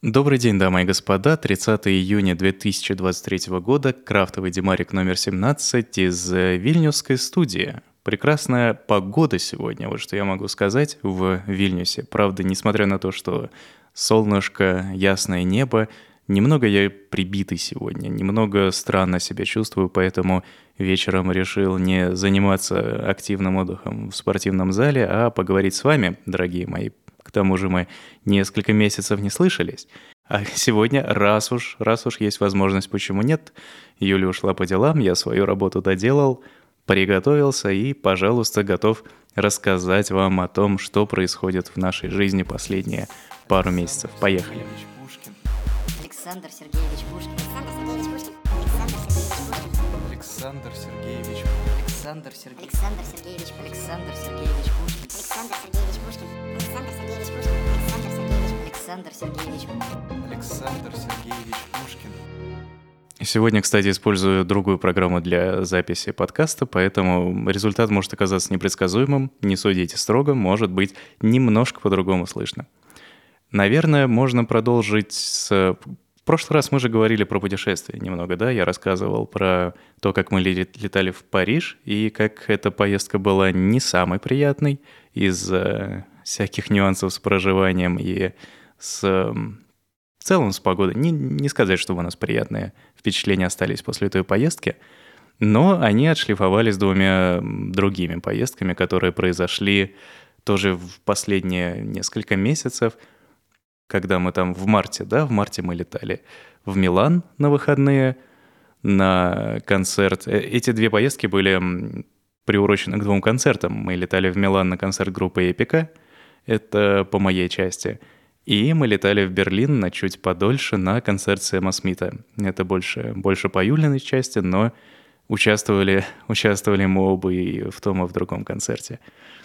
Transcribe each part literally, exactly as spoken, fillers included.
Добрый день, дамы и господа. тридцатого июня две тысячи двадцать третьего года. Крафтовый Димарик номер семнадцать из э, Вильнюсской студии. Прекрасная погода сегодня, вот что я могу сказать, в Вильнюсе. Правда, несмотря на то, что солнышко, ясное небо, немного я прибитый сегодня, немного странно себя чувствую, поэтому вечером решил не заниматься активным отдыхом в спортивном зале, а поговорить с вами, дорогие мои. К тому же мы несколько месяцев не слышались. А сегодня, раз уж, раз уж есть возможность, почему нет, Юля ушла по делам, я свою работу доделал, приготовился и, пожалуйста, готов рассказать вам о том, что происходит в нашей жизни последние пару месяцев. Поехали. Александр Сергеевич Пушкин. Александр Сергеевич Пушкин. Александр Сергеевич Пушкин. Александр Сергеевич. Александр Сергеевич Пушкин. Александр Сергеевич Пушкин. Александр Сергеевич Пушкин. Александр Сергеевич Пушкин. Александр Сергеевич Пушкин. Сегодня, кстати, использую другую программу для записи подкаста, поэтому результат может оказаться непредсказуемым, не судите строго, может быть немножко по-другому слышно. Наверное, можно продолжить с... В прошлый раз мы же говорили про путешествия немного, да? Я рассказывал про то, как мы летали в Париж, и как эта поездка была не самой приятной из-за всяких нюансов с проживанием и с... в целом с погодой. Не, не сказать, чтобы у нас приятные впечатления остались после той поездки, но они отшлифовались двумя другими поездками, которые произошли тоже в последние несколько месяцев, когда мы там в марте, да, в марте мы летали в Милан на выходные, на концерт. Эти две поездки были приурочены к двум концертам. Мы летали в Милан на концерт группы «Эпика», это по моей части, и мы летали в Берлин на чуть подольше на концерт Сэма Смита. Это больше, больше по Юлиной части, но участвовали, участвовали мы оба и в том, и в другом концерте.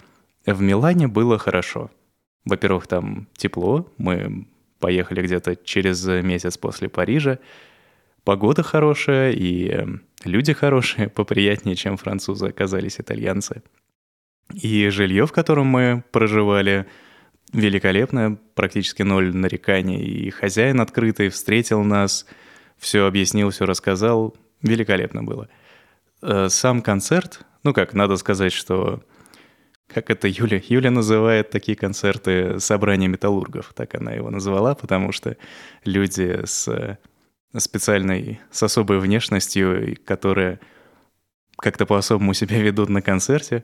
В Милане было хорошо. Во-первых, там тепло, мы поехали где-то через месяц после Парижа. Погода хорошая, и люди хорошие, поприятнее, чем французы оказались итальянцы. И жилье, в котором мы проживали, великолепное, практически ноль нареканий. И хозяин открытый встретил нас, все объяснил, все рассказал. Великолепно было. Сам концерт, ну как, надо сказать, что... Как это Юля? Юля называет такие концерты «собрание металлургов». Так она его назвала, потому что люди с специальной, с особой внешностью, которые как-то по-особому себя ведут на концерте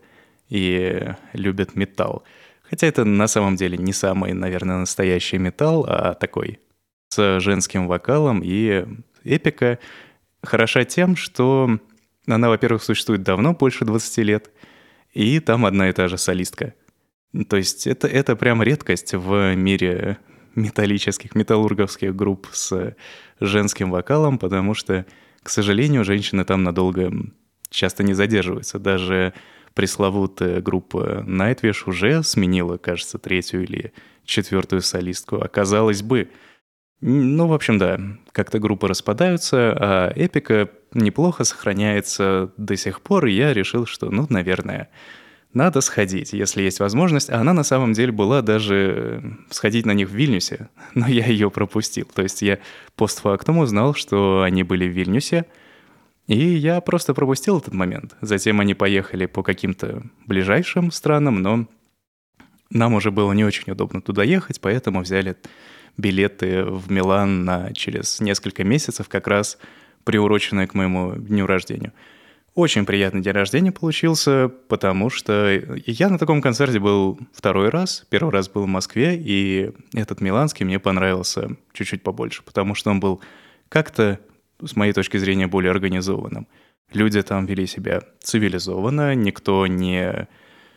и любят металл. Хотя это на самом деле не самый, наверное, настоящий металл, а такой с женским вокалом. И «Эпика» хороша тем, что она, во-первых, существует давно, больше двадцати лет, и там одна и та же солистка. То есть это, это прям редкость в мире металлических, металлурговских групп с женским вокалом, потому что, к сожалению, женщины там надолго часто не задерживаются. Даже пресловутая группа Nightwish уже сменила, кажется, третью или четвертую солистку. А казалось бы, ну, в общем, да, как-то группы распадаются, а «Эпика» неплохо сохраняется до сих пор, и я решил, что, ну, наверное, надо сходить, если есть возможность. А она на самом деле была даже сходить на них в Вильнюсе, но я ее пропустил. То есть я постфактум узнал, что они были в Вильнюсе, и я просто пропустил этот момент. Затем они поехали по каким-то ближайшим странам, но нам уже было не очень удобно туда ехать, поэтому взяли билеты в Милан на через несколько месяцев, как раз приуроченные к моему дню рождения. Очень приятный день рождения получился, потому что я на таком концерте был второй раз. Первый раз был в Москве, и этот миланский мне понравился чуть-чуть побольше, потому что он был как-то, с моей точки зрения, более организованным. Люди там вели себя цивилизованно, никто не,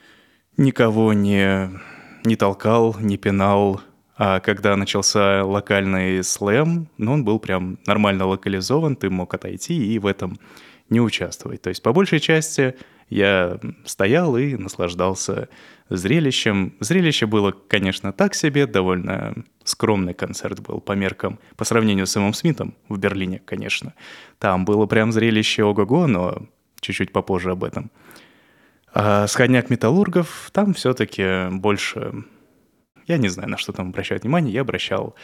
никого не, не толкал, не пинал. А когда начался локальный слэм, ну, он был прям нормально локализован, ты мог отойти и в этом не участвовать. То есть, по большей части, я стоял и наслаждался зрелищем. Зрелище было, конечно, так себе, довольно скромный концерт был по меркам, по сравнению с Сэмом Смитом в Берлине, конечно. Там было прям зрелище ого-го, но чуть-чуть попозже об этом. А сходняк металлургов, там все-таки больше... Я не знаю, на что там обращать внимание. Я обращал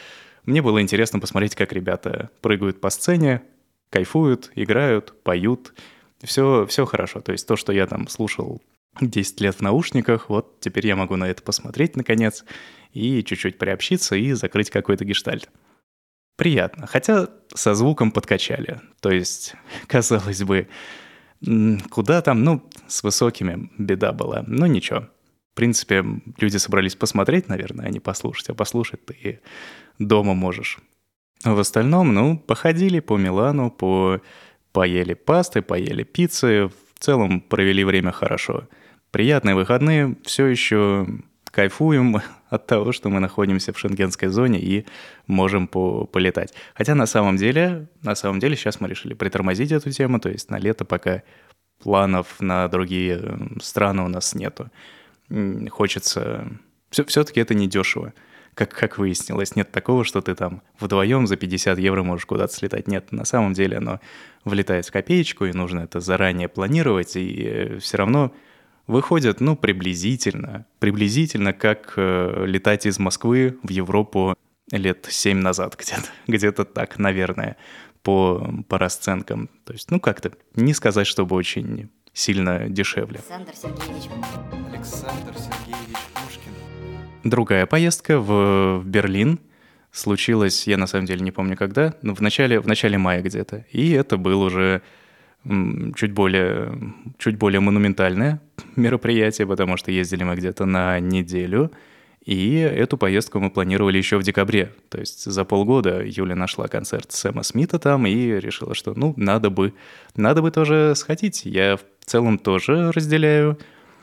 Мне было интересно посмотреть, как ребята прыгают по сцене, кайфуют, играют, поют. Все, все хорошо. То есть то, что я там слушал десять лет в наушниках, вот теперь я могу на это посмотреть, наконец, и чуть-чуть приобщиться и закрыть какой-то гештальт. Приятно. Хотя со звуком подкачали. То есть, казалось бы, куда там, ну, с высокими беда была. Но ничего. В принципе, люди собрались посмотреть, наверное, а не послушать. А послушать ты дома можешь. В остальном, ну, походили по Милану, по... поели пасты, поели пиццы. В целом провели время хорошо. Приятные выходные. Все еще кайфуем от того, что мы находимся в шенгенской зоне и можем по- полетать. Хотя на самом деле, на самом деле сейчас мы решили притормозить эту тему. То есть на лето пока планов на другие страны у нас нету. Хочется... Все, все-таки это недешево. Как, как выяснилось, нет такого, что ты там вдвоем за пятьдесят евро можешь куда-то слетать. Нет, на самом деле оно влетает в копеечку, и нужно это заранее планировать, и все равно выходит, ну, приблизительно, приблизительно как э, летать из Москвы в Европу лет семь назад где-то, где-то так, наверное, по, по расценкам. То есть, ну, как-то не сказать, чтобы очень сильно дешевле. Александр Сергеевич. Александр Сергеевич Пушкин. Другая поездка в, в Берлин случилась, я на самом деле не помню когда, но в начале, в начале мая где-то. И это был уже м, чуть более, чуть более монументальное мероприятие, потому что ездили мы где-то на неделю. И эту поездку мы планировали еще в декабре. То есть за полгода Юля нашла концерт Сэма Смита там и решила, что ну надо бы, надо бы тоже сходить. Я в целом тоже разделяю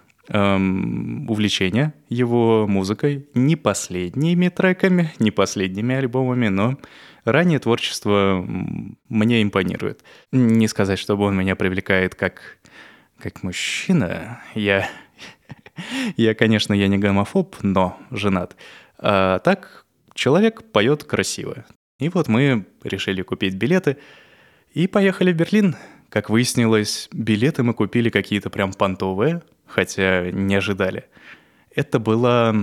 эм, увлечение его музыкой. Не последними треками, не последними альбомами, но раннее творчество мне импонирует. Не сказать, чтобы он меня привлекает как, как мужчина. Я... Я, конечно, я не гомофоб, но женат. А так, человек поет красиво. И вот мы решили купить билеты и поехали в Берлин. Как выяснилось, билеты мы купили какие-то прям понтовые, хотя не ожидали. Это была,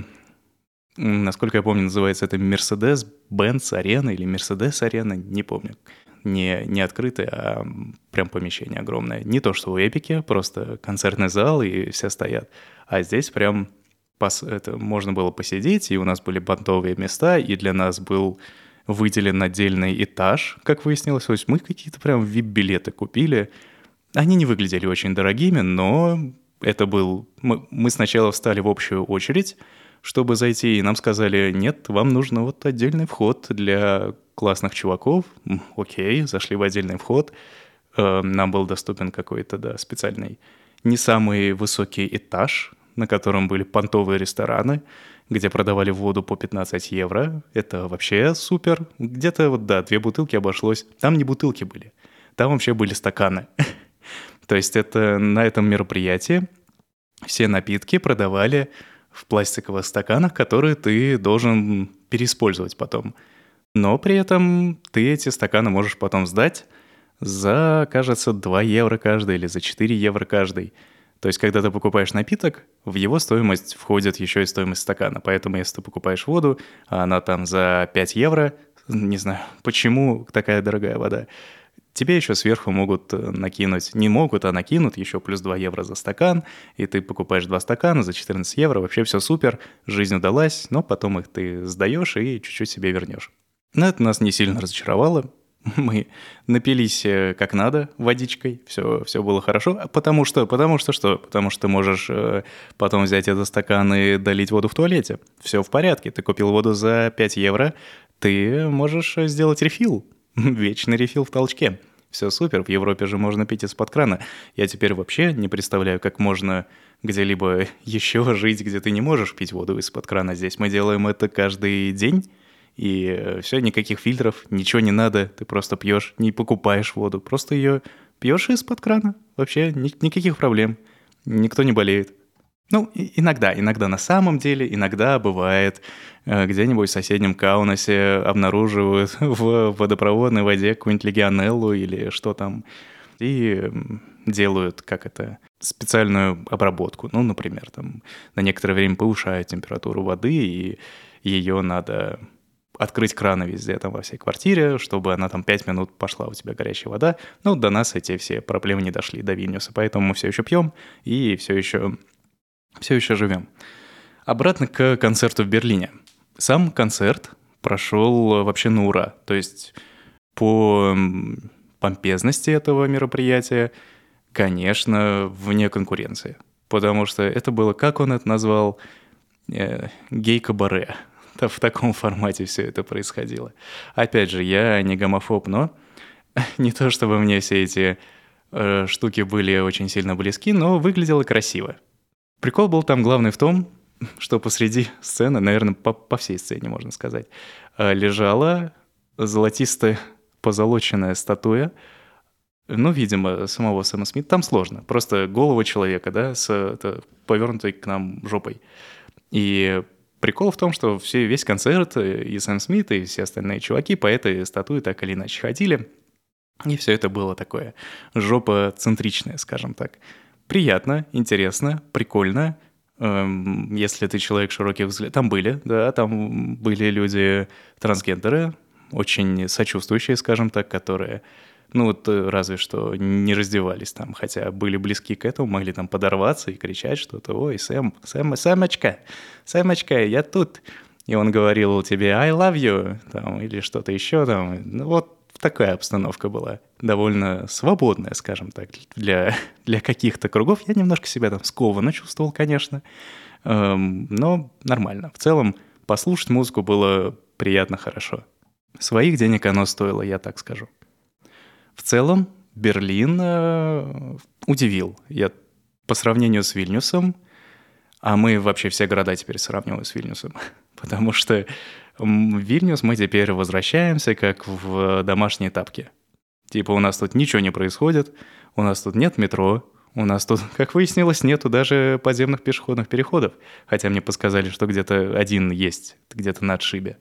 насколько я помню, называется это Mercedes-Benz Arena или Mercedes Arena, не помню. Не, не открытое, а прям помещение огромное. Не то, что у Эпики, просто концертный зал, и все стоят. А здесь прям пос, это, можно было посидеть, и у нас были понтовые места, и для нас был выделен отдельный этаж, как выяснилось. То есть мы какие-то прям ви ай пи-билеты купили. Они не выглядели очень дорогими, но это был... Мы, мы сначала встали в общую очередь, чтобы зайти, и нам сказали, нет, вам нужно вот отдельный вход для классных чуваков. Окей, зашли в отдельный вход. Нам был доступен какой-то, да, специальный, не самый высокий этаж, на котором были понтовые рестораны, где продавали воду по пятнадцать евро. Это вообще супер. Где-то, вот да, две бутылки обошлось. Там не бутылки были, там вообще были стаканы. То есть это на этом мероприятии все напитки продавали в пластиковых стаканах, которые ты должен переиспользовать потом. Но при этом ты эти стаканы можешь потом сдать за, кажется, два евро каждый или за четыре евро каждый. То есть, когда ты покупаешь напиток, в его стоимость входит еще и стоимость стакана. Поэтому, если ты покупаешь воду, а она там за пять евро, не знаю, почему такая дорогая вода, тебе еще сверху могут накинуть, не могут, а накинут еще плюс два евро за стакан, и ты покупаешь два стакана за четырнадцать евро, вообще все супер, жизнь удалась, но потом их ты сдаешь и чуть-чуть себе вернешь. Но это нас не сильно разочаровало. Мы напились как надо водичкой, все, все было хорошо. Потому что, потому что что? Потому что ты можешь потом взять этот стакан и долить воду в туалете. Все в порядке. Ты купил воду за пять евро, ты можешь сделать рефил. Вечный рефил в толчке. Все супер, в Европе же можно пить из-под крана. Я теперь вообще не представляю, как можно где-либо еще жить, где ты не можешь пить воду из-под крана. Здесь мы делаем это каждый день. И все, никаких фильтров, ничего не надо, ты просто пьешь, не покупаешь воду, просто ее пьешь из-под крана. Вообще ни- никаких проблем, никто не болеет. Ну, иногда, иногда на самом деле, иногда бывает, где-нибудь в соседнем Каунасе обнаруживают в водопроводной воде какую-нибудь легионеллу или что там, и делают, как это, специальную обработку. Ну, например, там на некоторое время повышают температуру воды, и ее надо открыть краны везде там во всей квартире, чтобы она там пять минут пошла, у тебя горячая вода. Ну, до нас эти все проблемы не дошли, до Вильнюса, поэтому мы все еще пьем и все еще, все еще живем. Обратно к концерту в Берлине. Сам концерт прошел вообще на ура. То есть по помпезности этого мероприятия, конечно, вне конкуренции. Потому что это было, как он это назвал, э, гей-кабаре. В таком формате все это происходило. Опять же, я не гомофоб, но не то чтобы мне все эти э, штуки были очень сильно близки, но выглядело красиво. Прикол был там главный в том, что посреди сцены, наверное, по, по всей сцене, можно сказать, э, лежала золотистая позолоченная статуя, ну, видимо, самого Сэма Смита. Там сложно. Просто голова человека, да, с это, повернутой к нам жопой. И прикол в том, что все, весь концерт, и Сэм Смит, и все остальные чуваки по этой статуе так или иначе ходили. И все это было такое жопоцентричное, скажем так. Приятно, интересно, прикольно. Эм, если ты человек широких взглядов... Там были, да, там были люди-трансгендеры, очень сочувствующие, скажем так, которые... Ну вот разве что не раздевались там, хотя были близки к этому, могли там подорваться и кричать что-то. Ой, Сэм, Сэм, Сэмочка, Сэмочка, я тут. И он говорил тебе I love you, там, или что-то еще там. Ну вот такая обстановка была, довольно свободная, скажем так, для, для каких-то кругов. Я немножко себя там скованно чувствовал, конечно, эм, но нормально. В целом послушать музыку было приятно, хорошо. Своих денег оно стоило, я так скажу. В целом, Берлин э, удивил. Я по сравнению с Вильнюсом, а мы вообще все города теперь сравниваем с Вильнюсом, потому что в Вильнюс мы теперь возвращаемся как в домашние тапки. Типа у нас тут ничего не происходит, у нас тут нет метро, у нас тут, как выяснилось, нету даже подземных пешеходных переходов, хотя мне подсказали, что где-то один есть, где-то на отшибе.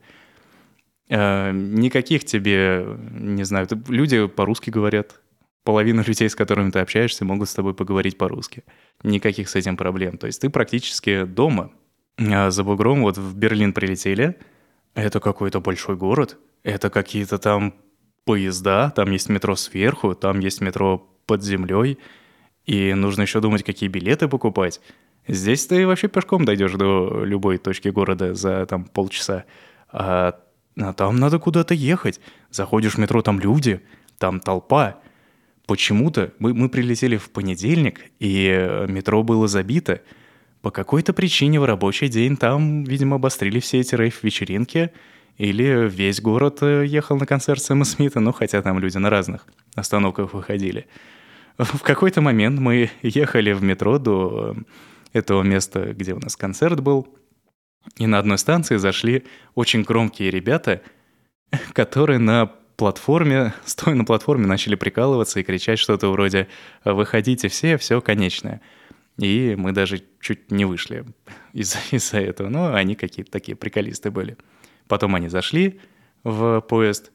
Никаких тебе, не знаю, люди по-русски говорят. Половина людей, с которыми ты общаешься, могут с тобой поговорить по-русски. Никаких с этим проблем. То есть ты практически дома. А за бугром вот в Берлин прилетели. Это какой-то большой город. Это какие-то там поезда. Там есть метро сверху, там есть метро под землей. И нужно еще думать, какие билеты покупать. Здесь ты вообще пешком дойдешь до любой точки города за там полчаса. А А там надо куда-то ехать. Заходишь в метро, там люди, там толпа. Почему-то мы, мы прилетели в понедельник, и метро было забито. По какой-то причине в рабочий день там, видимо, обострили все эти рейв-вечеринки. Или весь город ехал на концерт Сэма Смита, ну, хотя там люди на разных остановках выходили. В какой-то момент мы ехали в метро до этого места, где у нас концерт был. И на одной станции зашли очень громкие ребята, которые на платформе, стоя на платформе, начали прикалываться и кричать что-то вроде «Выходите все, все конечное». И мы даже чуть не вышли из- из-за этого. Но они какие-то такие приколисты были. Потом они зашли в поезд.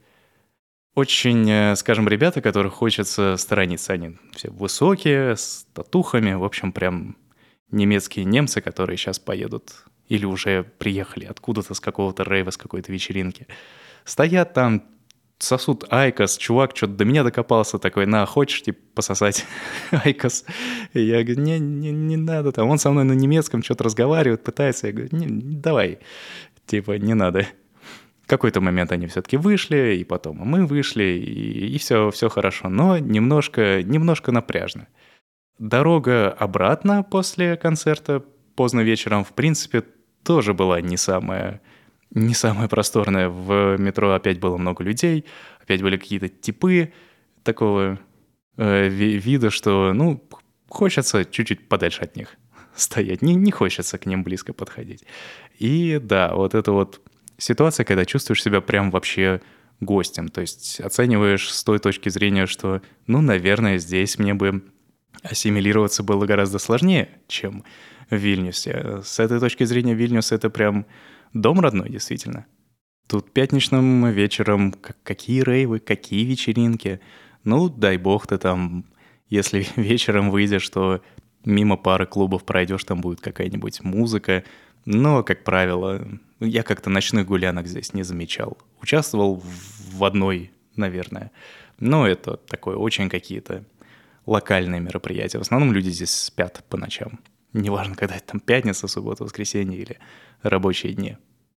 Очень, скажем, ребята, которых хочется сторониться. Они все высокие, с татухами. В общем, прям немецкие немцы, которые сейчас поедут... Или уже приехали откуда-то с какого-то рейва, с какой-то вечеринки. Стоят там, сосут айкос. Чувак что-то до меня докопался такой: на, хочешь, типа, пососать айкос? И я говорю, не, не, не надо там. Он со мной на немецком что-то разговаривает, пытается. Я говорю, не, давай, типа, не надо. В какой-то момент они все-таки вышли, и потом мы вышли, и, и все, все хорошо. Но немножко, немножко напряжно. Дорога обратно после концерта поздно вечером, в принципе, тоже была не самая, не самая просторная. В метро опять было много людей, опять были какие-то типы такого э, вида, что, ну, хочется чуть-чуть подальше от них стоять, не, не хочется к ним близко подходить. И да, вот это вот ситуация, когда чувствуешь себя прям вообще гостем, то есть оцениваешь с той точки зрения, что, ну, наверное, здесь мне бы ассимилироваться было гораздо сложнее, чем в Вильнюсе. С этой точки зрения Вильнюс — это прям дом родной, действительно. Тут пятничным вечером какие рейвы, какие вечеринки. Ну, дай бог ты там, если вечером выйдешь, то мимо пары клубов пройдешь, там будет какая-нибудь музыка. Но, как правило, Я как-то ночных гулянок здесь не замечал. Участвовал в одной, наверное. Но это такое очень какие-то локальные мероприятия. В основном люди здесь спят по ночам. Неважно, когда это там пятница, суббота, воскресенье или рабочие дни.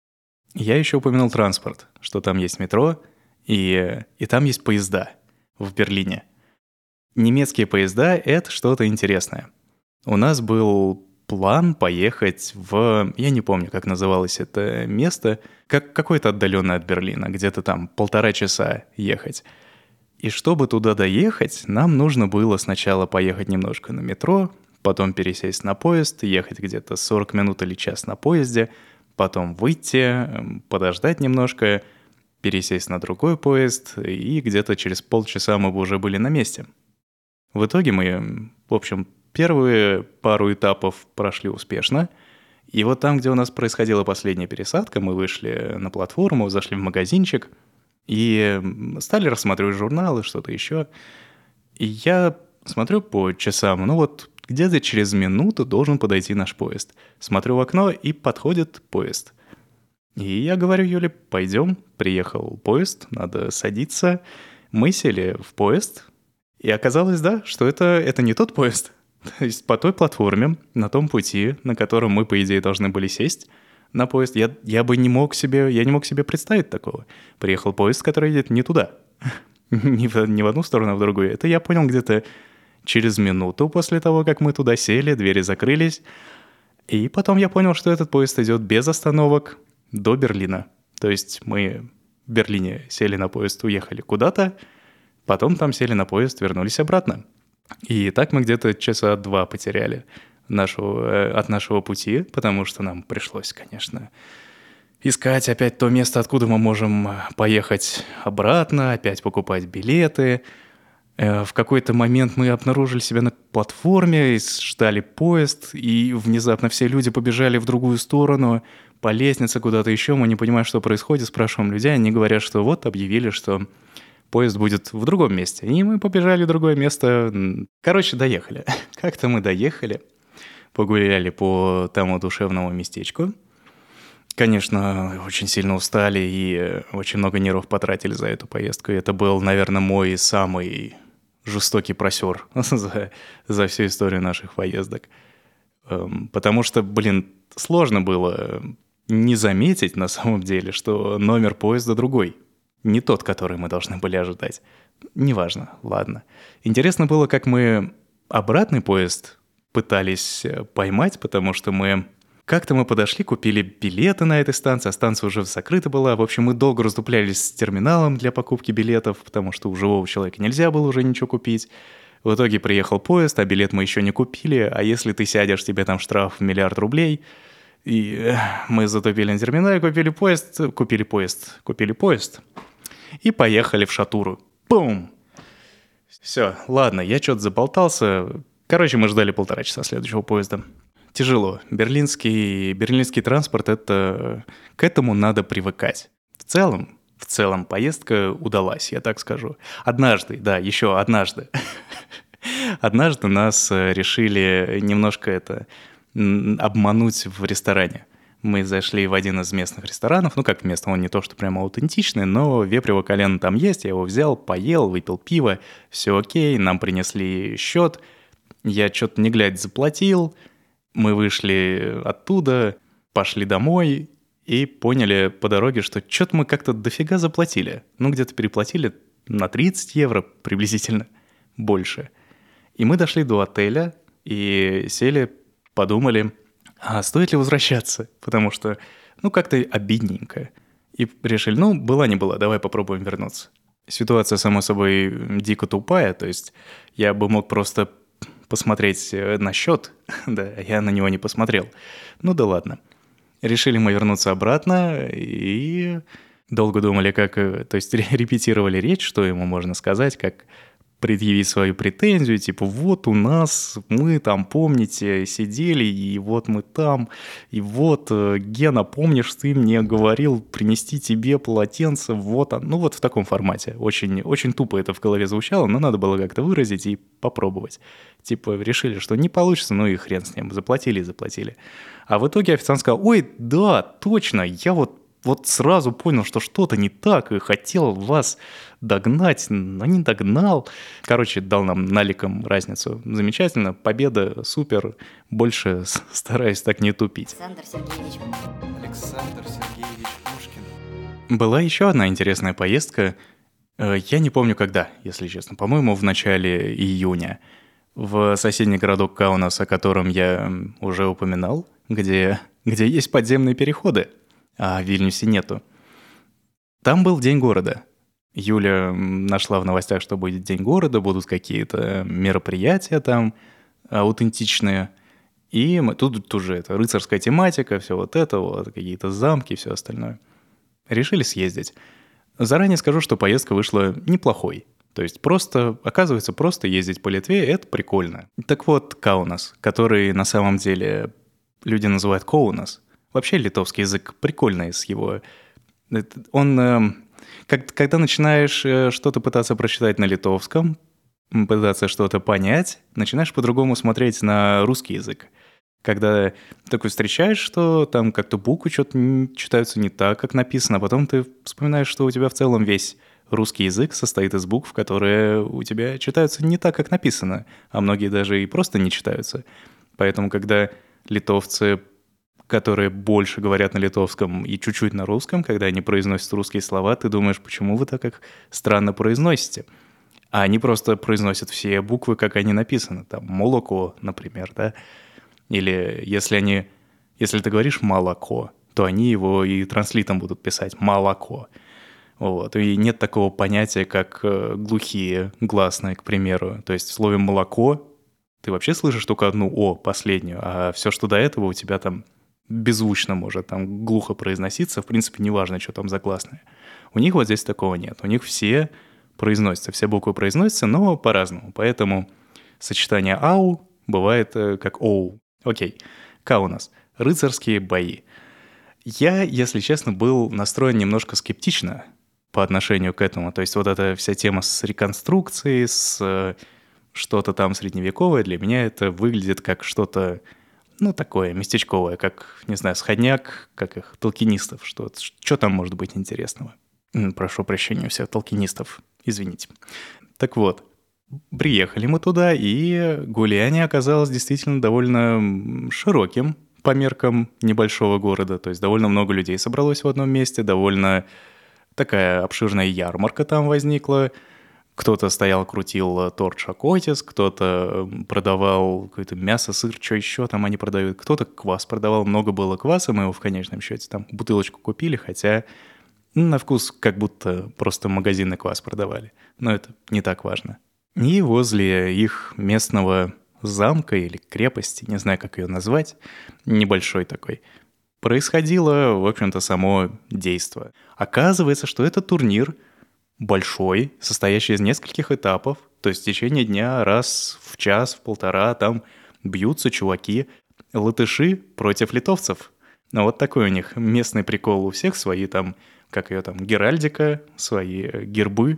Я еще упомянул транспорт, что там есть метро, и, и там есть поезда в Берлине. Немецкие поезда — это что-то интересное. У нас был план поехать в... Я не помню, как называлось это место, как какое-то отдаленное от Берлина, где-то там полтора часа ехать. И чтобы туда доехать, нам нужно было сначала поехать немножко на метро, потом пересесть на поезд, ехать где-то сорок минут или час на поезде, потом выйти, подождать немножко, пересесть на другой поезд, и где-то через полчаса мы бы уже были на месте. В итоге мы, в общем, первые пару этапов прошли успешно, и вот там, где у нас происходила последняя пересадка, мы вышли на платформу, зашли в магазинчик и стали рассматривать журналы, что-то еще. И я смотрю по часам, ну вот где-то через минуту должен подойти наш поезд. Смотрю в окно, и подходит поезд. И я говорю Юле: пойдем, приехал поезд, надо садиться. Мы сели в поезд, и оказалось, да, что это, это не тот поезд. То есть по той платформе, на том пути, на котором мы, по идее, должны были сесть на поезд, я, я бы не мог себе, я не мог себе представить такого. Приехал поезд, который едет не туда. не, в, не в одну сторону, а в другую. Это я понял где-то через минуту после того, как мы туда сели, двери закрылись. И потом я понял, что этот поезд идет без остановок до Берлина. То есть мы в Берлине сели на поезд, уехали куда-то, потом там сели на поезд, вернулись обратно. И так мы где-то часа два потеряли нашу, э, от нашего пути, потому что нам пришлось, конечно, искать опять то место, откуда мы можем поехать обратно, опять покупать билеты. В какой-то момент мы обнаружили себя на платформе, ждали поезд, и внезапно все люди побежали в другую сторону, по лестнице куда-то еще. Мы не понимаем, что происходит, спрашиваем людей, они говорят, что вот объявили, что поезд будет в другом месте. И мы побежали в другое место. Короче, доехали. Как-то мы доехали, погуляли по тому душевному местечку. Конечно, очень сильно устали и очень много нервов потратили за эту поездку. И это был, наверное, мой самый жестокий просер за, за всю историю наших поездок. Потому что, блин, сложно было не заметить на самом деле, что номер поезда другой. Не тот, который мы должны были ожидать. Неважно, ладно. Интересно было, как мы обратный поезд пытались поймать, потому что мы... Как-то мы подошли, купили билеты на этой станции, а станция уже закрыта была. В общем, мы долго раздуплялись с терминалом для покупки билетов, потому что у живого человека нельзя было уже ничего купить. В итоге приехал поезд, а билет мы еще не купили. А если ты сядешь, тебе там штраф в миллиард рублей. И мы затупили на терминале, купили поезд, купили поезд, купили поезд. И поехали в Шатуру. Бум! Все, ладно, я что-то заболтался. Короче, мы ждали полтора часа следующего поезда. Тяжело. Берлинский, берлинский транспорт, это, к этому надо привыкать. В целом, в целом поездка удалась, я так скажу. Однажды, да, еще однажды. Однажды нас решили немножко это обмануть в ресторане. Мы зашли в один из местных ресторанов, ну как место, он не то, что прямо аутентичный, но вепрево колено там есть, я его взял, поел, выпил пиво, все окей, нам принесли счет, я что-то не глядя заплатил. Мы вышли оттуда, пошли домой и поняли по дороге, что что-то мы как-то дофига заплатили. Ну, где-то переплатили на тридцать евро приблизительно, больше. И мы дошли до отеля и сели, подумали, а стоит ли возвращаться? Потому что, ну, как-то обидненько. И решили, ну, была не была, давай попробуем вернуться. Ситуация, само собой, дико тупая, то есть я бы мог просто... посмотреть на счет, да, я на него не посмотрел. Ну да ладно. Решили мы вернуться обратно и долго думали, как, то есть репетировали речь, что ему можно сказать, как предъявить свою претензию, типа вот у нас, мы там, помните, сидели, и вот мы там, и вот, Гена, помнишь, ты мне говорил принести тебе полотенце, вот он, ну вот в таком формате. Очень, очень тупо это в голове звучало, но надо было как-то выразить и попробовать. Типа решили, что не получится, ну и хрен с ним, заплатили и заплатили. А в итоге официант сказал: ой, да, точно, я вот Вот сразу понял, что что-то не так, и хотел вас догнать, но не догнал. Короче, дал нам наликом разницу. Замечательно, победа, супер. Больше стараюсь так не тупить. Александр Сергеевич. Александр Сергеевич Пушкин. Была еще одна интересная поездка. Я не помню когда, если честно. По-моему, в начале июня. В соседний городок Каунас, о котором я уже упоминал, где, где есть подземные переходы. А в Вильнюсе нету. Там был День города. Юля нашла в новостях, что будет День города, будут какие-то мероприятия там аутентичные. И мы, тут уже это рыцарская тематика, все вот это, вот, какие-то замки, все остальное. Решили съездить. Заранее скажу, что поездка вышла неплохой. То есть просто, оказывается, просто ездить по Литве — это прикольно. Так вот, Каунас, который на самом деле люди называют Коунас. Вообще литовский язык прикольный с его... Он... Как, когда начинаешь что-то пытаться прочитать на литовском, пытаться что-то понять, начинаешь по-другому смотреть на русский язык. Когда такой встречаешь, что там как-то буквы что-то читаются не так, как написано, а потом ты вспоминаешь, что у тебя в целом весь русский язык состоит из букв, которые у тебя читаются не так, как написано, а многие даже и просто не читаются. Поэтому, когда литовцы, которые больше говорят на литовском и чуть-чуть на русском, когда они произносят русские слова, ты думаешь, почему вы так их странно произносите? А они просто произносят все буквы, как они написаны. Там «молоко», например, да? Или если они... Если ты говоришь «молоко», то они его и транслитом будут писать «молоко». Вот. И нет такого понятия, как глухие гласные, к примеру. То есть в слове «молоко» ты вообще слышишь только одну «о», последнюю, а все, что до этого, у тебя там беззвучно может там глухо произноситься, в принципе, неважно, что там за гласные. У них вот здесь такого нет. У них все произносятся, все буквы произносятся, но по-разному. Поэтому сочетание «ау» бывает как «оу». Окей, Каунас. Рыцарские бои. Я, если честно, был настроен немножко скептично по отношению к этому. То есть вот эта вся тема с реконструкцией, с что-то там средневековое, для меня это выглядит как что-то, ну, такое местечковое, как, не знаю, сходняк, как их, толкинистов. Что, что там может быть интересного? Прошу прощения у всех толкинистов, извините. Так вот, приехали мы туда, и гуляние оказалось действительно довольно широким по меркам небольшого города. То есть довольно много людей собралось в одном месте, довольно такая обширная ярмарка там возникла. Кто-то стоял, крутил торт шакотис, кто-то продавал какое-то мясо, сыр, что еще там они продают. Кто-то квас продавал, много было кваса, мы его в конечном счете там бутылочку купили, хотя на вкус как будто просто магазинный квас продавали. Но это не так важно. И возле их местного замка или крепости, не знаю, как ее назвать, небольшой такой, происходило, в общем-то, само действо. Оказывается, что это турнир большой, состоящий из нескольких этапов, то есть в течение дня раз в час, в полтора там бьются чуваки, латыши против литовцев. Ну вот такой у них местный прикол, у всех свои там, как ее там, геральдика, свои гербы,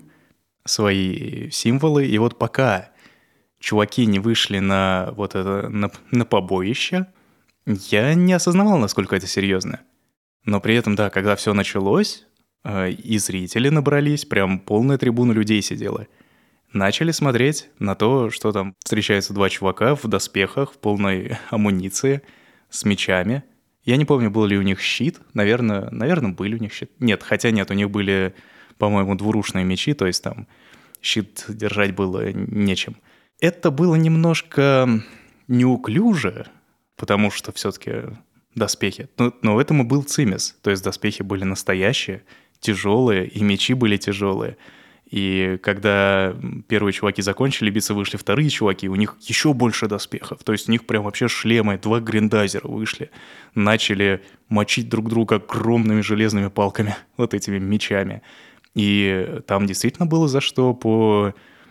свои символы. И вот пока чуваки не вышли на вот это, на, на побоище, я не осознавал, насколько это серьезно. Но при этом, да, когда все началось, и зрители набрались, прям полная трибуна людей сидела. Начали смотреть на то, что там встречаются два чувака в доспехах, в полной амуниции, с мечами. Я не помню, был ли у них щит. Наверное, наверное, были у них щит. Нет, хотя нет, у них были, по-моему, двуручные мечи, то есть там щит держать было нечем. Это было немножко неуклюже, потому что все-таки доспехи. Но, но в этом и был цимес. То есть доспехи были настоящие, тяжелые, и мечи были тяжелые. И когда первые чуваки закончили биться, вышли вторые чуваки, у них еще больше доспехов. То есть у них прям вообще шлемы, два гриндайзера вышли. Начали мочить друг друга огромными железными палками, вот этими мечами. И там действительно было за что по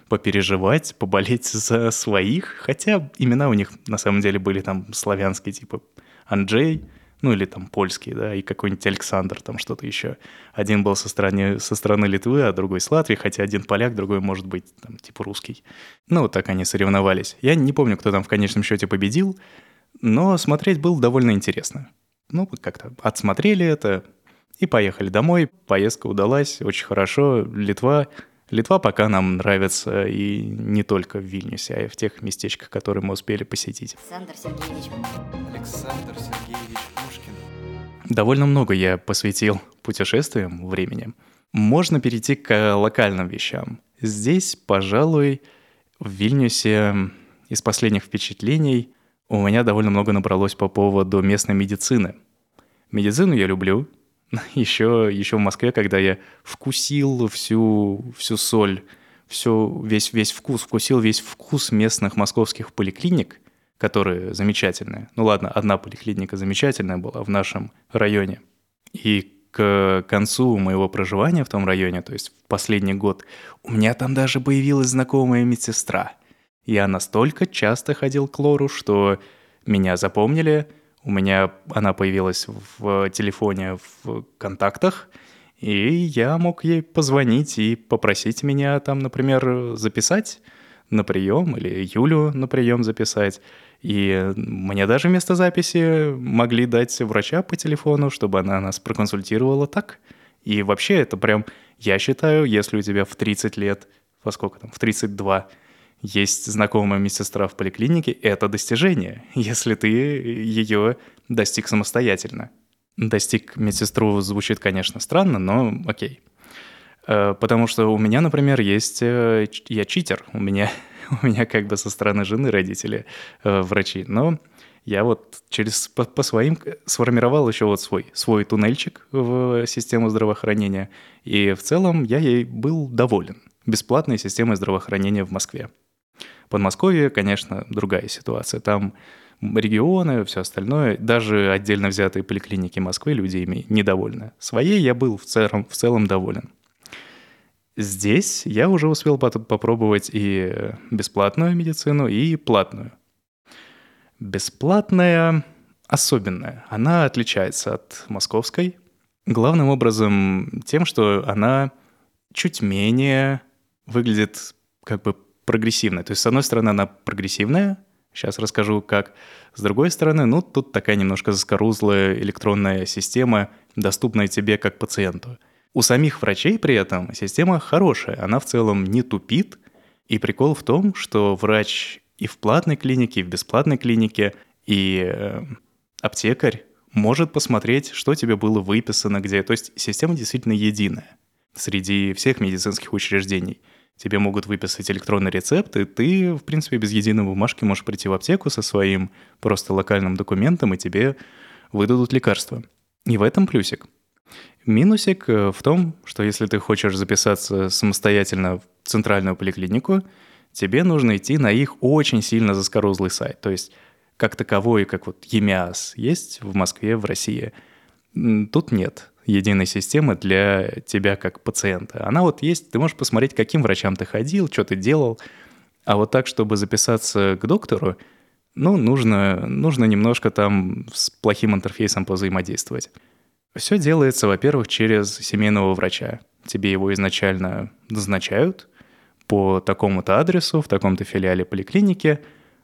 попереживать, поболеть за своих, хотя имена у них на самом деле были там славянские, типа Анджей, ну или там польские, да, и какой-нибудь Александр, там что-то еще. Один был со стороны, со стороны Литвы, а другой с Латвии, хотя один поляк, другой может быть там типа русский. Ну вот так они соревновались. Я не помню, кто там в конечном счете победил, но смотреть было довольно интересно. Ну вот как-то отсмотрели это и поехали домой. Поездка удалась, очень хорошо. Литва... Литва пока нам нравится и не только в Вильнюсе, а и в тех местечках, которые мы успели посетить. Александр Сергеевич. Александр Сергеевич Пушкин. Довольно много я посвятил путешествиям времени. Можно перейти к локальным вещам. Здесь, пожалуй, в Вильнюсе из последних впечатлений у меня довольно много набралось по поводу местной медицины. Медицину я люблю. Еще, еще в Москве, когда я вкусил всю, всю соль, всю, весь, весь вкус, вкусил весь вкус местных московских поликлиник, которые замечательные. Ну ладно, одна поликлиника замечательная была в нашем районе. И к концу моего проживания в том районе, то есть в последний год, у меня там даже появилась знакомая медсестра. Я настолько часто ходил к лору, что меня запомнили. У меня она появилась в телефоне в контактах, и я мог ей позвонить и попросить меня там, например, записать на прием или Юлю на прием записать. И мне даже вместо записи могли дать врача по телефону, чтобы она нас проконсультировала так. И вообще это прям, я считаю, если у тебя в тридцать лет, во сколько там, в тридцать два есть знакомая медсестра в поликлинике, это достижение, если ты ее достиг самостоятельно. Достиг медсестру звучит, конечно, странно, но окей. Потому что у меня, например, есть... Я читер, у меня, у меня как бы со стороны жены родители врачи, но я вот через по, по своим сформировал еще вот свой, свой туннельчик в систему здравоохранения, и в целом я ей был доволен. Бесплатной системой здравоохранения в Москве. В Подмосковье, конечно, другая ситуация. Там регионы, все остальное, даже отдельно взятые поликлиники Москвы люди ими недовольны. Своей я был в целом, в целом доволен. Здесь я уже успел попробовать и бесплатную медицину, и платную. Бесплатная особенная. Она отличается от московской. Главным образом тем, что она чуть менее выглядит как бы прогрессивная. То есть, с одной стороны, она прогрессивная. Сейчас расскажу, как. С другой стороны, ну, тут такая немножко заскорузлая электронная система, доступная тебе как пациенту. У самих врачей при этом система хорошая. Она в целом не тупит. И прикол в том, что врач и в платной клинике, и в бесплатной клинике, и э, аптекарь может посмотреть, что тебе было выписано, где. То есть система действительно единая среди всех медицинских учреждений. Тебе могут выписать электронный рецепт, и ты, в принципе, без единой бумажки можешь прийти в аптеку со своим просто локальным документом, и тебе выдадут лекарства. И в этом плюсик. Минусик в том, что если ты хочешь записаться самостоятельно в центральную поликлинику, тебе нужно идти на их очень сильно заскорузлый сайт. То есть как таковой, как вот ЕМИАС есть в Москве, в России, тут нет единой системы для тебя как пациента. Она вот есть, ты можешь посмотреть, к каким врачам ты ходил, что ты делал. А вот так, чтобы записаться к доктору, ну, нужно, нужно немножко там с плохим интерфейсом позаимодействовать. Все делается, во-первых, через семейного врача. Тебе его изначально назначают по такому-то адресу, в таком-то филиале поликлиники,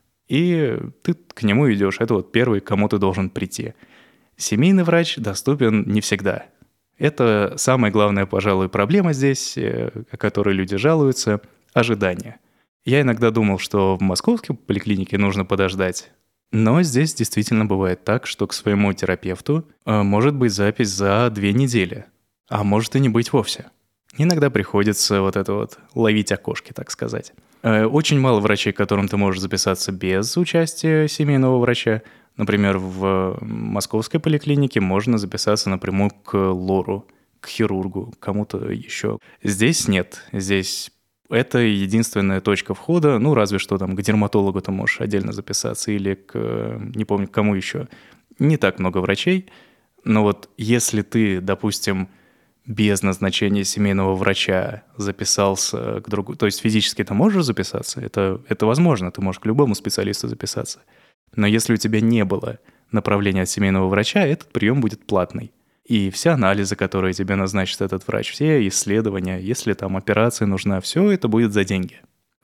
и ты к нему идешь. Это вот первый, к кому ты должен прийти. Семейный врач доступен не всегда. Это самая главная, пожалуй, проблема здесь, о которой люди жалуются – ожидание. Я иногда думал, что в московской поликлинике нужно подождать, но здесь действительно бывает так, что к своему терапевту может быть запись за две недели, а может и не быть вовсе. Иногда приходится вот это вот ловить окошки, так сказать. Очень мало врачей, к которым ты можешь записаться без участия семейного врача. Например, в московской поликлинике можно записаться напрямую к лору, к хирургу, кому-то еще. Здесь нет. Здесь это единственная точка входа. Ну, разве что там к дерматологу ты можешь отдельно записаться или к, не помню, к кому еще. Не так много врачей. Но вот если ты, допустим, без назначения семейного врача записался к другу, то есть физически ты можешь записаться, это, это возможно, ты можешь к любому специалисту записаться. Но если у тебя не было направления от семейного врача, этот прием будет платный. И все анализы, которые тебе назначит этот врач, все исследования, если там операция нужна, все это будет за деньги.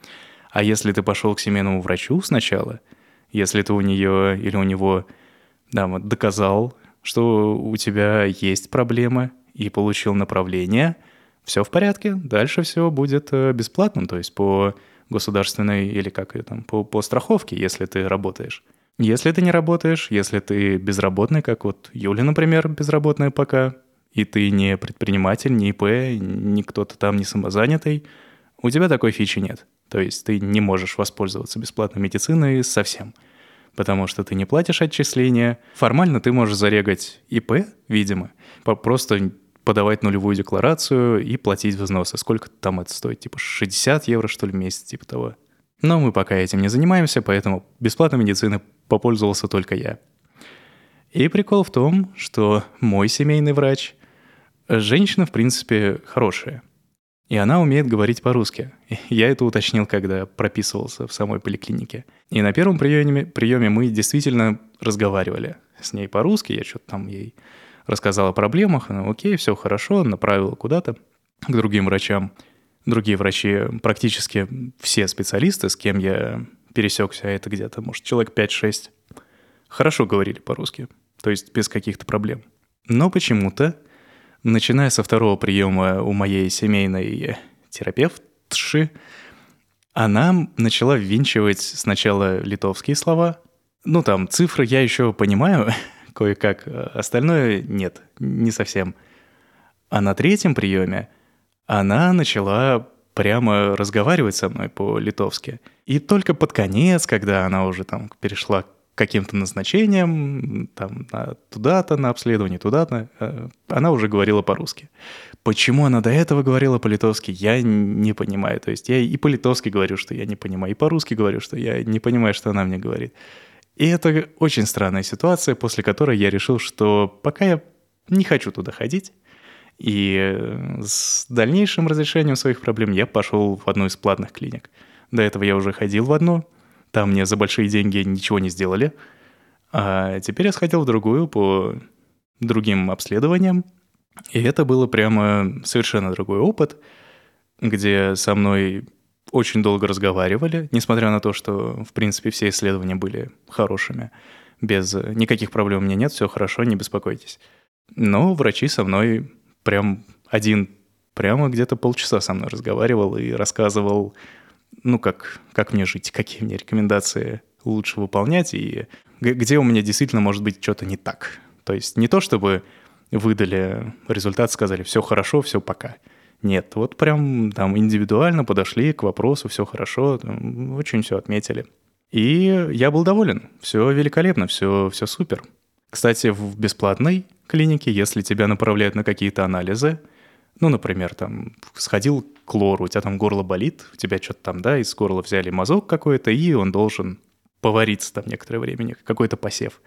А если ты пошел к семейному врачу сначала, если ты у нее или у него да, вот, доказал, что у тебя есть проблемы, и получил направление, все в порядке, дальше все будет бесплатным, то есть по государственной или как это там, по, по страховке, если ты работаешь. Если ты не работаешь, если ты безработный, как вот Юля, например, безработная пока, и ты не предприниматель, не ИП, не кто-то там не самозанятый, у тебя такой фичи нет. То есть ты не можешь воспользоваться бесплатной медициной совсем, потому что ты не платишь отчисления. Формально ты можешь зарегать ИП, видимо, просто подавать нулевую декларацию и платить взносы. Сколько там это стоит? Типа шестьдесят евро, что ли, в месяц, типа того. Но мы пока этим не занимаемся, поэтому бесплатной медициной попользовался только я. И прикол в том, что мой семейный врач, женщина, в принципе, хорошая. И она умеет говорить по-русски. Я это уточнил, когда прописывался в самой поликлинике. И на первом приеме, приеме мы действительно разговаривали с ней по-русски. Я что-то там ей рассказал о проблемах. Она, окей, все хорошо, направила куда-то к другим врачам. Другие врачи, практически все специалисты, с кем я пересекся, а это где-то, может, человек пять-шесть, хорошо говорили по-русски. То есть без каких-то проблем. Но почему-то, начиная со второго приема у моей семейной терапевтши, она начала ввинчивать сначала литовские слова. Ну, там, цифры я еще понимаю кое-как, остальное нет, не совсем. А на третьем приеме она начала прямо разговаривать со мной по-литовски. И только под конец, когда она уже там перешла к каким-то назначениям, там, туда-то на обследование, туда-то, она уже говорила по-русски. Почему она до этого говорила по-литовски, я не понимаю. То есть я и по-литовски говорю, что я не понимаю, и по-русски говорю, что я не понимаю, что она мне говорит. И это очень странная ситуация, после которой я решил, что пока я не хочу туда ходить, и с дальнейшим разрешением своих проблем я пошел в одну из платных клиник. До этого я уже ходил в одну, там мне за большие деньги ничего не сделали, а теперь я сходил в другую по другим обследованиям, и это было прямо совершенно другой опыт, где со мной очень долго разговаривали, несмотря на то, что, в принципе, все исследования были хорошими, без никаких проблем у меня нет, все хорошо, не беспокойтесь. Но врачи со мной прям один, прямо где-то полчаса со мной разговаривал и рассказывал, ну, как, как мне жить, какие мне рекомендации лучше выполнять, и где у меня действительно может быть что-то не так. То есть не то, чтобы выдали результат, сказали, все хорошо, все пока. Нет, вот прям там индивидуально подошли к вопросу, все хорошо, очень все отметили. И я был доволен, все великолепно, все, все супер. Кстати, в бесплатной клинике, если тебя направляют на какие-то анализы, ну, например, там, сходил к лору, у тебя там горло болит, у тебя что-то там, да, из горла взяли мазок какой-то, и он должен повариться там некоторое время, какой-то посев.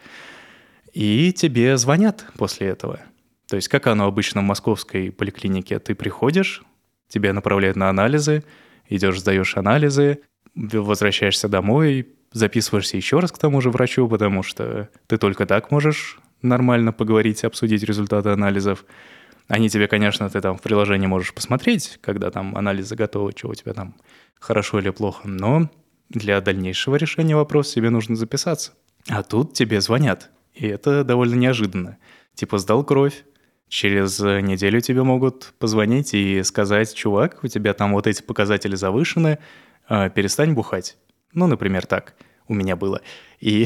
И тебе звонят после этого. То есть, как оно обычно в московской поликлинике, ты приходишь, тебя направляют на анализы, идешь, сдаешь анализы, возвращаешься домой, записываешься еще раз к тому же врачу, потому что ты только так можешь нормально поговорить, обсудить результаты анализов. Они тебе, конечно, ты там в приложении можешь посмотреть, когда там анализы готовы, что у тебя там хорошо или плохо, но для дальнейшего решения вопроса тебе нужно записаться. А тут тебе звонят, и это довольно неожиданно. Типа сдал кровь, через неделю тебе могут позвонить и сказать, чувак, у тебя там вот эти показатели завышены, перестань бухать. Ну, например, так у меня было. И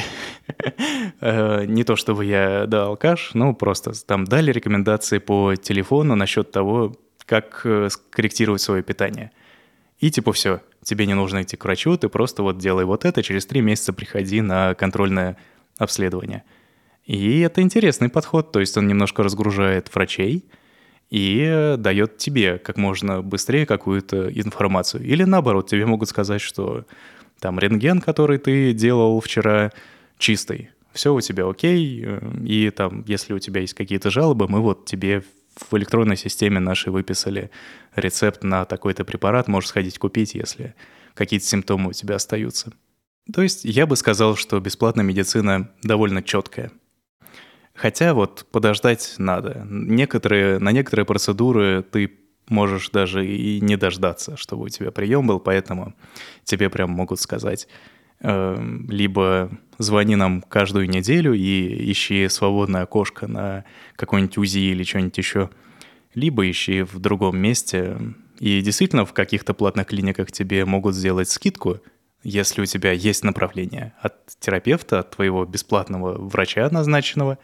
не то чтобы я, да, алкаш, но просто там дали рекомендации по телефону насчет того, как скорректировать свое питание. И типа все, тебе не нужно идти к врачу, ты просто вот делай вот это, через три месяца приходи на контрольное обследование. И это интересный подход, то есть он немножко разгружает врачей и дает тебе как можно быстрее какую-то информацию. Или наоборот, тебе могут сказать, что там рентген, который ты делал вчера, чистый, все у тебя окей, и там, если у тебя есть какие-то жалобы, мы вот тебе в электронной системе нашей выписали рецепт на такой-то препарат, можешь сходить купить, если какие-то симптомы у тебя остаются. То есть я бы сказал, что бесплатная медицина довольно четкая. Хотя вот подождать надо. Некоторые, на некоторые процедуры ты можешь даже и не дождаться, чтобы у тебя прием был, поэтому тебе прям могут сказать, э, либо звони нам каждую неделю и ищи свободное окошко на какой-нибудь УЗИ или что-нибудь еще, либо ищи в другом месте. И действительно в каких-то платных клиниках тебе могут сделать скидку, если у тебя есть направление от терапевта, от твоего бесплатного врача назначенного,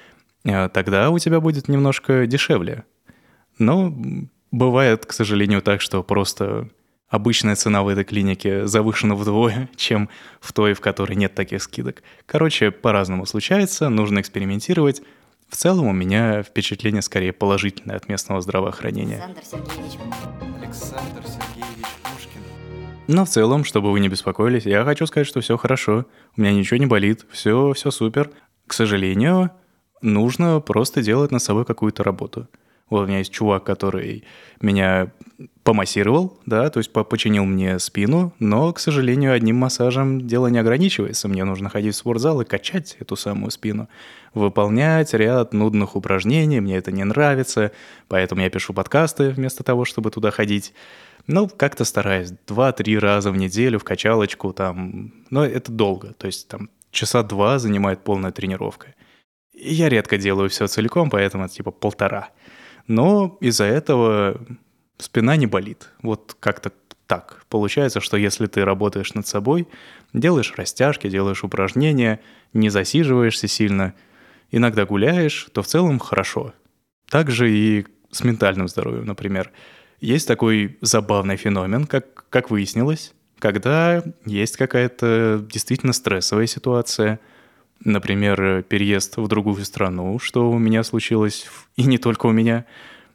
тогда у тебя будет немножко дешевле. Но бывает, к сожалению, так, что просто обычная цена в этой клинике завышена вдвое, чем в той, в которой нет таких скидок. Короче, по-разному случается, нужно экспериментировать. В целом у меня впечатление скорее положительное от местного здравоохранения. Александр Сергеевич. Александр Сергеевич Пушкин. Но в целом, чтобы вы не беспокоились, я хочу сказать, что все хорошо, у меня ничего не болит, все, все супер. К сожалению, нужно просто делать над собой какую-то работу. Вот у меня есть чувак, который меня помассировал, да, то есть починил мне спину, но, к сожалению, одним массажем дело не ограничивается. Мне нужно ходить в спортзал и качать эту самую спину, выполнять ряд нудных упражнений, мне это не нравится, поэтому я пишу подкасты вместо того, чтобы туда ходить. Ну, как-то стараюсь два-три раза в неделю в качалочку там, но это долго, то есть там часа два занимает полная тренировка. И я редко делаю все целиком, поэтому это типа полтора. Но из-за этого спина не болит. Вот как-то так. Получается, что если ты работаешь над собой, делаешь растяжки, делаешь упражнения, не засиживаешься сильно, иногда гуляешь, то в целом хорошо. Также и с ментальным здоровьем, например. Есть такой забавный феномен, как, как выяснилось, когда есть какая-то действительно стрессовая ситуация, например, переезд в другую страну, что у меня случилось, и не только у меня,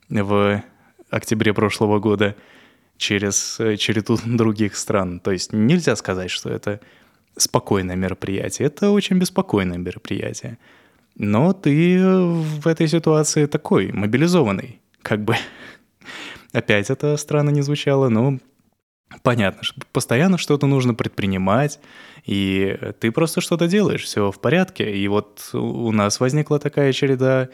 в октябре прошлого года, через череду других стран. То есть нельзя сказать, что это спокойное мероприятие. Это очень беспокойное мероприятие. Но ты в этой ситуации такой, мобилизованный. Как бы опять это странно не звучало, но понятно, что постоянно что-то нужно предпринимать, и ты просто что-то делаешь, все в порядке. И вот у нас возникла такая череда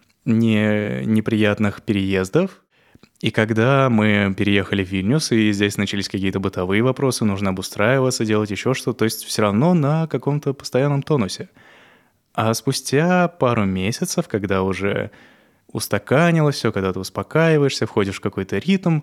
не, неприятных переездов. И когда мы переехали в Вильнюс, и здесь начались какие-то бытовые вопросы, нужно обустраиваться, делать еще что-то, то есть все равно на каком-то постоянном тонусе. А спустя пару месяцев, когда уже устаканилось все, когда ты успокаиваешься, входишь в какой-то ритм,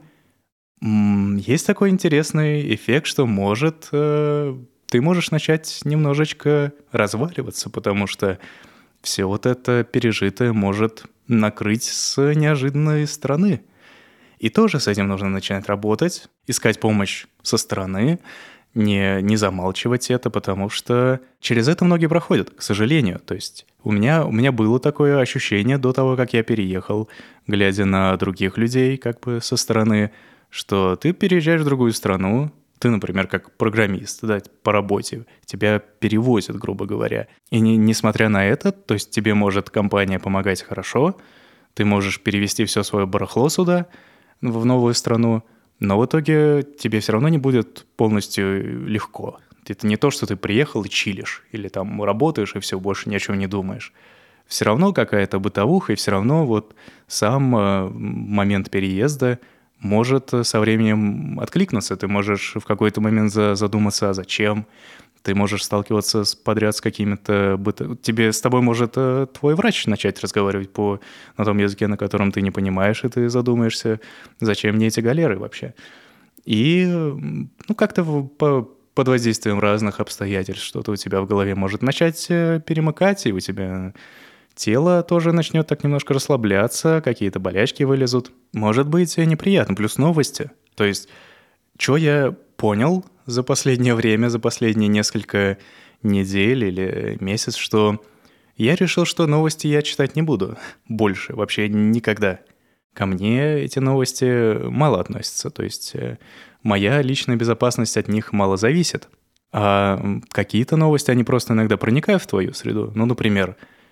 есть такой интересный эффект, что может, э, ты можешь начать немножечко разваливаться, потому что все вот это пережитое может накрыть с неожиданной стороны. И тоже с этим нужно начинать работать, искать помощь со стороны, не, не замалчивать это, потому что через это многие проходят, к сожалению. То есть у меня, у меня было такое ощущение до того, как я переехал, глядя на других людей как бы со стороны, что ты переезжаешь в другую страну, ты, например, как программист, да, по работе, тебя перевозят, грубо говоря. И не, несмотря на это, то есть тебе может компания помогать хорошо, ты можешь перевести все свое барахло сюда, в новую страну, но в итоге тебе все равно не будет полностью легко. Это не то, что ты приехал и чилишь, или там работаешь и все, больше ни о чем не думаешь. Все равно какая-то бытовуха, и все равно вот сам э, момент переезда может со временем откликнуться. Ты можешь в какой-то момент задуматься, а зачем? Ты можешь сталкиваться с, подряд с какими-то... Быто... Тебе с тобой может э, твой врач начать разговаривать по, на том языке, на котором ты не понимаешь, и ты задумаешься, зачем мне эти галеры вообще? И ну, как-то в, по, под воздействием разных обстоятельств что-то у тебя в голове может начать э, перемыкать, и у тебя тело тоже начнет так немножко расслабляться, какие-то болячки вылезут. Может быть неприятно. Плюс новости. То есть, что я понял за последнее время, за последние несколько недель или месяц, что я решил, что новости я читать не буду больше, вообще никогда. Ко мне эти новости мало относятся, то есть моя личная безопасность от них мало зависит. А какие-то новости, они просто иногда проникают в твою среду. Ну, например,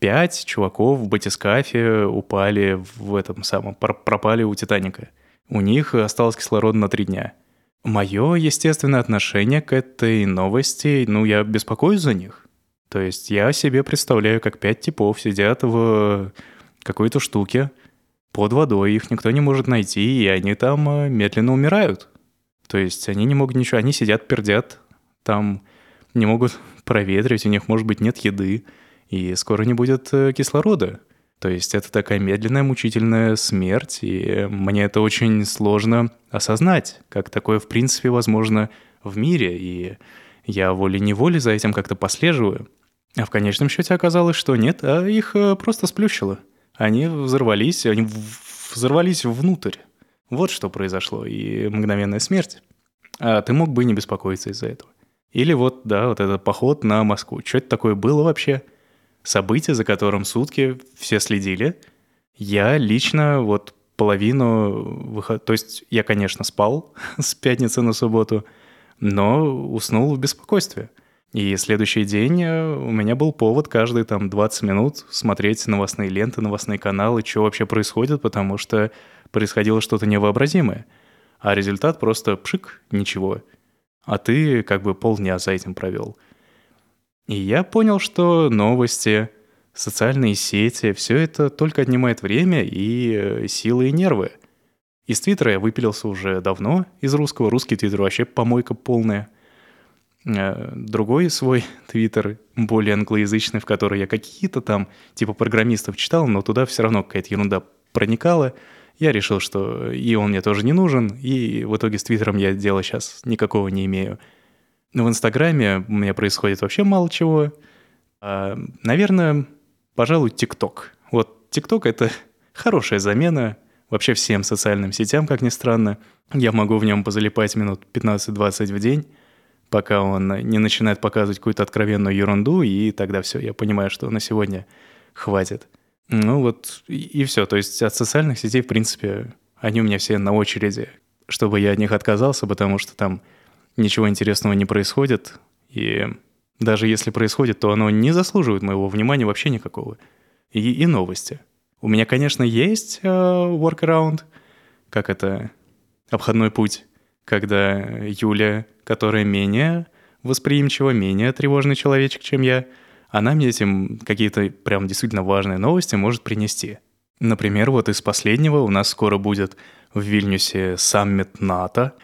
пять чуваков в батискафе упали в этом самом, пропали у «Титаника». У них осталось кислорода на три дня. Мое естественное отношение к этой новости, ну, я беспокоюсь за них. То есть я себе представляю, как пять типов сидят в какой-то штуке под водой, их никто не может найти, и они там медленно умирают. То есть они не могут ничего, они сидят, пердят, там не могут проветривать, у них, может быть, нет еды, и скоро не будет кислорода. То есть это такая медленная, мучительная смерть, и мне это очень сложно осознать, как такое, в принципе, возможно в мире, и я волей-неволей за этим как-то послеживаю. А в конечном счете оказалось, что нет, а их просто сплющило. Они взорвались, они взорвались внутрь. Вот что произошло, и мгновенная смерть. А ты мог бы и не беспокоиться из-за этого. Или вот, да, вот этот поход на Москву. Что это такое было вообще? Событие, за которым сутки все следили. Я лично вот половину выход... То есть я, конечно, спал с пятницы на субботу, но уснул в беспокойстве. И следующий день у меня был повод каждые там двадцать минут смотреть новостные ленты, новостные каналы, что вообще происходит, потому что происходило что-то невообразимое. А результат просто пшик, ничего. А ты как бы полдня за этим провел. И я понял, что новости, социальные сети, все это только отнимает время и силы, и нервы. Из Твиттера я выпилился уже давно, из русского. Русский Твиттер вообще помойка полная. Другой свой Твиттер, более англоязычный, в который я какие-то там типа программистов читал, но туда все равно какая-то ерунда проникала. Я решил, что и он мне тоже не нужен, и в итоге с Твиттером я дела сейчас никакого не имею. В Инстаграме у меня происходит вообще мало чего. А, наверное, пожалуй, ТикТок. Вот ТикТок — это хорошая замена вообще всем социальным сетям, как ни странно. Я могу в нем позалипать минут пятнадцать-двадцать в день, пока он не начинает показывать какую-то откровенную ерунду, и тогда все, я понимаю, что на сегодня хватит. Ну вот и, и все. То есть от социальных сетей, в принципе, они у меня все на очереди, чтобы я от них отказался, потому что там ничего интересного не происходит, и даже если происходит, то оно не заслуживает моего внимания вообще никакого. И, и новости. У меня, конечно, есть э, workaround, как это, обходной путь, когда Юля, которая менее восприимчива, менее тревожный человечек, чем я, она мне этим какие-то прям действительно важные новости может принести. Например, вот из последнего у нас скоро будет в Вильнюсе саммит НАТО,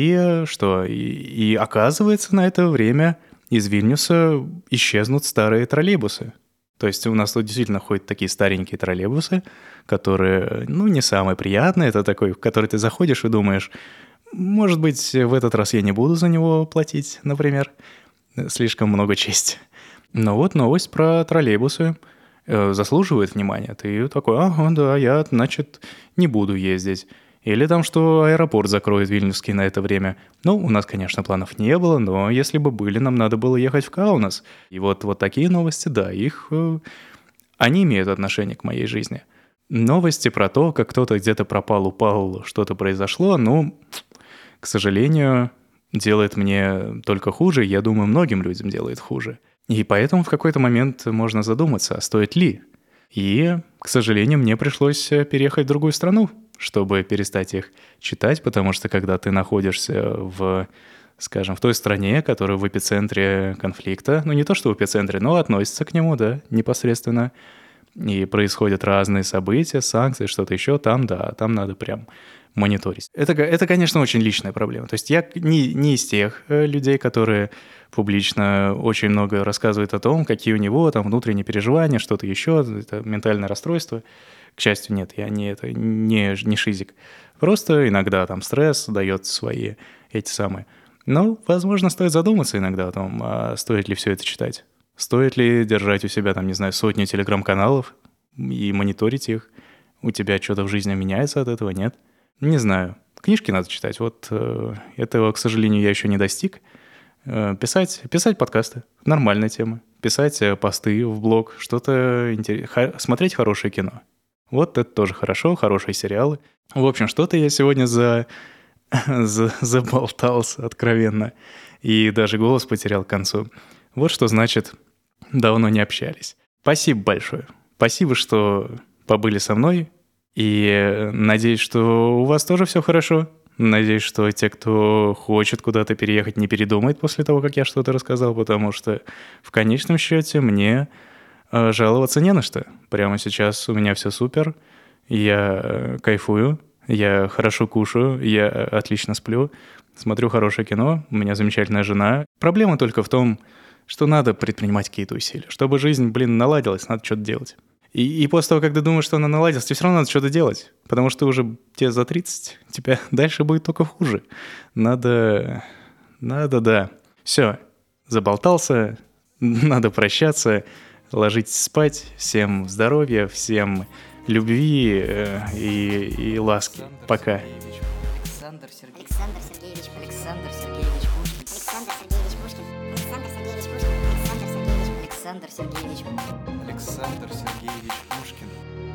и что? И, и оказывается, на это время из Вильнюса исчезнут старые троллейбусы. То есть у нас тут действительно ходят такие старенькие троллейбусы, которые, ну, не самые приятные. Это такой, в который ты заходишь и думаешь, может быть, в этот раз я не буду за него платить, например. Слишком много чести. Но вот новость про троллейбусы э, заслуживает внимания. Ты такой, ага, да, я, значит, не буду ездить. Или там, что аэропорт закроет Вильнюсский на это время. Ну, у нас, конечно, планов не было, но если бы были, нам надо было ехать в Каунас. И вот, вот такие новости, да, их... Э, они имеют отношение к моей жизни. Новости про то, как кто-то где-то пропал, упал, что-то произошло, ну, к сожалению, делает мне только хуже. Я думаю, многим людям делает хуже. И поэтому в какой-то момент можно задуматься, а стоит ли. И, к сожалению, мне пришлось переехать в другую страну, чтобы перестать их читать, потому что когда ты находишься в, скажем, в той стране, которая в эпицентре конфликта, ну не то что в эпицентре, но относится к нему, да, непосредственно, и происходят разные события, санкции, что-то еще, там, да, там надо прям мониторить. Это, это, конечно, очень личная проблема. То есть я не, не из тех людей, которые публично очень много рассказывают о том, какие у него там внутренние переживания, что-то еще, это ментальное расстройство. К счастью, нет, я не, это, не, не шизик. Просто иногда там стресс дает свои эти самые. Но, возможно, стоит задуматься иногда о том, а стоит ли все это читать. Стоит ли держать у себя, там, не знаю, сотню телеграм-каналов и мониторить их? У тебя что-то в жизни меняется от этого, нет? Не знаю. Книжки надо читать. Вот э, этого, к сожалению, я еще не достиг. Э, писать, писать подкасты. Нормальная тема. Писать э, посты в блог. Что-то интересное. Смотреть хорошее кино. Вот это тоже хорошо. Хорошие сериалы. В общем, что-то я сегодня за... за... заболтался откровенно. И даже голос потерял к концу. Вот что значит давно не общались. Спасибо большое. Спасибо, что побыли со мной. И надеюсь, что у вас тоже все хорошо. Надеюсь, что те, кто хочет куда-то переехать, не передумает после того, как я что-то рассказал, потому что в конечном счете мне э, жаловаться не на что. Прямо сейчас у меня все супер, я кайфую, я хорошо кушаю, я отлично сплю, смотрю хорошее кино, у меня замечательная жена. Проблема только в том, что надо предпринимать какие-то усилия. Чтобы жизнь, блин, наладилась, надо что-то делать. И, и после того, как ты думаешь, что она наладилась, тебе все равно надо что-то делать. Потому что уже тебе за тридцать, тебе дальше будет только хуже. Надо... Надо, да. Все, заболтался, надо прощаться, ложитесь спать. Всем здоровья, всем любви э, и, и ласки. Пока. Александр Сергеевич. Александр Сергеевич. Александр Сергеевич Пушкин. Александр Сергеевич Пушкин. Александр Сергеевич Пушкин. Александр Сергеевич. Александр Сергеевич. Александр Сергеевич Пушкин.